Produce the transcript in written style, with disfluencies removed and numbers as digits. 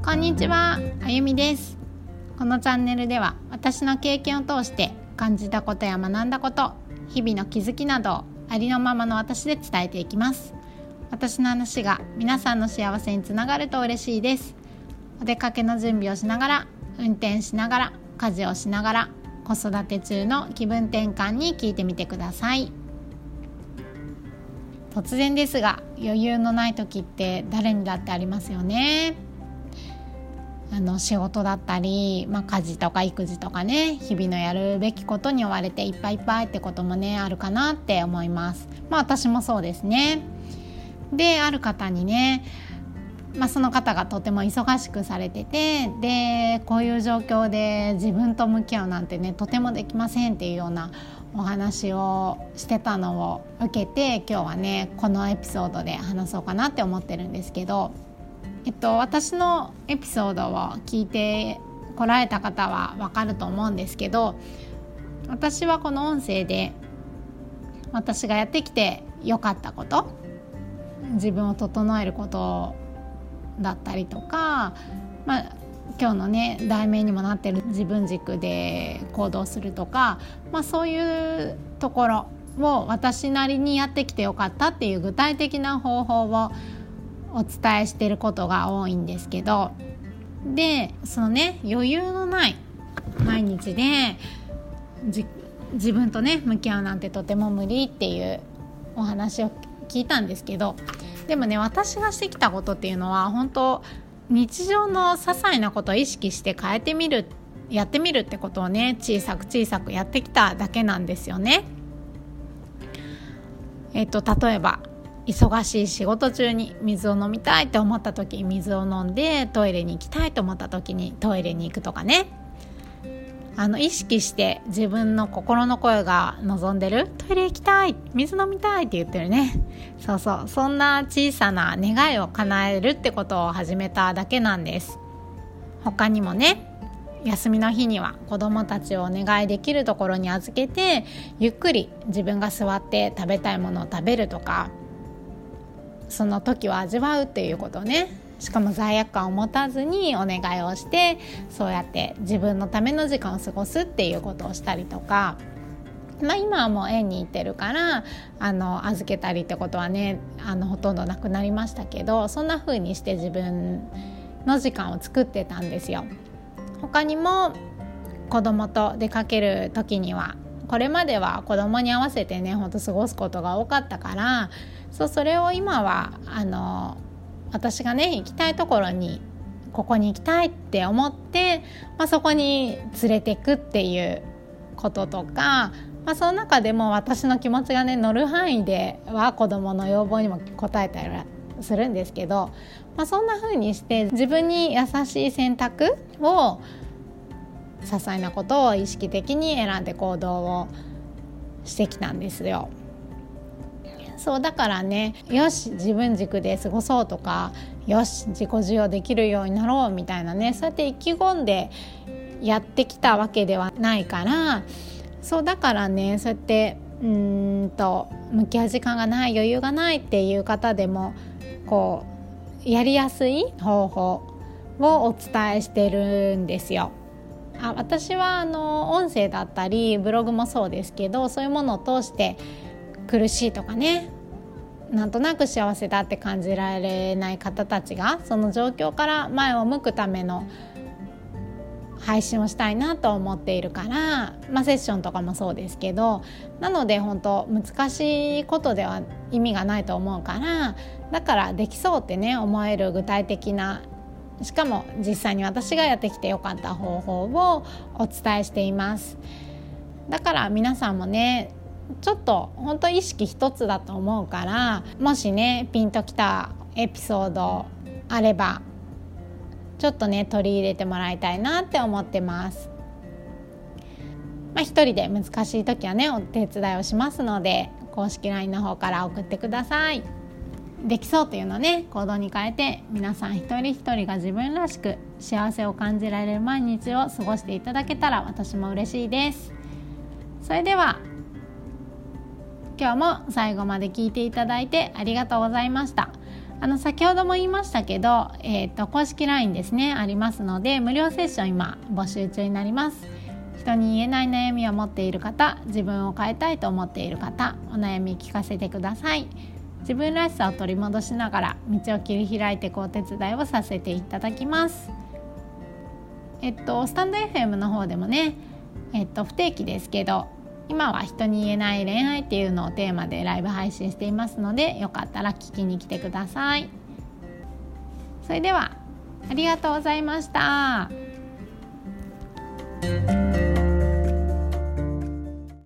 こんにちは、あゆみです。このチャンネルでは私の経験を通して感じたことや学んだこと、日々の気づきなどをありのままの私で伝えていきます。私の話が皆さんの幸せにつながると嬉しいです。お出かけの準備をしながら、運転しながら、家事をしながら、子育て中の気分転換に聞いてみてください。突然ですが、余裕のない時って誰にだってありますよね。仕事だったり、家事とか育児とかね、日々のやるべきことに追われていっぱいいっぱいってこともね、あるかなって思います。私もそうですね。で、ある方にね、その方がとても忙しくされてて、でこういう状況で自分と向き合うなんてね、とてもできませんっていうようなお話をしてたのを受けて、今日はねこのエピソードで話そうかなって思ってるんですけど、私のエピソードを聞いてこられた方はわかると思うんですけど、私はこの音声で私がやってきてよかったこと、自分を整えることだったりとか、今日のね題名にもなってる自分軸で行動するとか、そういうところを私なりにやってきてよかったっていう具体的な方法をお伝えしていることが多いんですけど、でそのね余裕のない毎日で自分とね向き合うなんてとても無理っていうお話を聞いたんですけど、でもね、私がしてきたことっていうのは本当日常の些細なことを意識して変えてみる、やってみるってことをね、小さくやってきただけなんですよね。例えば忙しい仕事中に水を飲みたいって思った時に水を飲んで、トイレに行きたいと思った時にトイレに行くとかね、意識して自分の心の声が望んでる、トイレ行きたい、水飲みたいって言ってるね、そんな小さな願いを叶えるってことを始めただけなんです。他にもね、休みの日には子供たちをお願いできるところに預けて、ゆっくり自分が座って食べたいものを食べるとか、その時を味わうっていうことをね、しかも罪悪感を持たずにお願いをして、そうやって自分のための時間を過ごすっていうことをしたりとか、今はもう園に行ってるから預けたりってことはねほとんどなくなりましたけど、そんな風にして自分の時間を作ってたんですよ。他にも子供と出かける時には、これまでは子供に合わせてねほんと過ごすことが多かったから、それを今は私がね行きたいところに、ここに行きたいって思って、そこに連れてくっていうこととか、その中でも私の気持ちがね乗る範囲では子どもの要望にも応えたりするんですけど、そんな風にして自分に優しい選択を、些細なことを意識的に選んで行動をしてきたんですよ。そうだからね、よし自分軸で過ごそうとか、よし自己授与できるようになろうみたいなね、そうやって意気込んでやってきたわけではないから、そうだからね、そうやって向き合う時間がない、余裕がないっていう方でもこうやりやすい方法をお伝えしてるんですよ。私は音声だったりブログもそうですけど、そういうものを通して苦しいとかね、なんとなく幸せだって感じられない方たちが、その状況から前を向くための配信をしたいなと思っているから、セッションとかもそうですけど、なので本当難しいことでは意味がないと思うから、だからできそうってね思える具体的な、しかも実際に私がやってきてよかった方法をお伝えしています。だから皆さんもねちょっと本当意識一つだと思うから、もしねピンときたエピソードあればちょっとね取り入れてもらいたいなって思ってます。一人で難しい時はねお手伝いをしますので、公式 LINE の方から送ってください。できそうというのをね行動に変えて、皆さん一人一人が自分らしく幸せを感じられる毎日を過ごしていただけたら私も嬉しいです。それでは今日も最後まで聞いていただいてありがとうございました。 先ほども言いましたけど、公式 LINE ですねありますので、無料セッション今募集中になります。人に言えない悩みを持っている方、自分を変えたいと思っている方、お悩み聞かせてください。自分らしさを取り戻しながら道を切り開いていくお手伝いをさせていただきます。スタンド FM の方でもね、不定期ですけど、今は人に言えない恋愛っていうのをテーマでライブ配信していますので、よかったら聞きに来てください。それではありがとうございました。